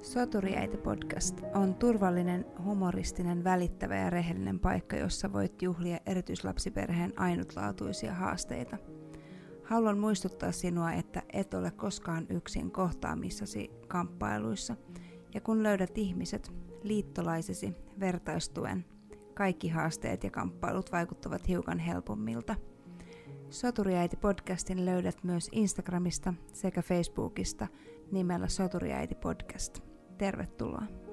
Soturiäiti-podcast on turvallinen, humoristinen, välittävä ja rehellinen paikka, jossa voit juhlia erityislapsiperheen ainutlaatuisia haasteita. Haluan muistuttaa sinua, että et ole koskaan yksin kohtaamissasi kamppailuissa, ja kun löydät ihmiset, liittolaisesi, vertaistuen, kaikki haasteet ja kamppailut vaikuttavat hiukan helpommilta. Soturiäiti-podcastin löydät myös Instagramista sekä Facebookista nimellä Soturiäiti-podcast. Tervetuloa!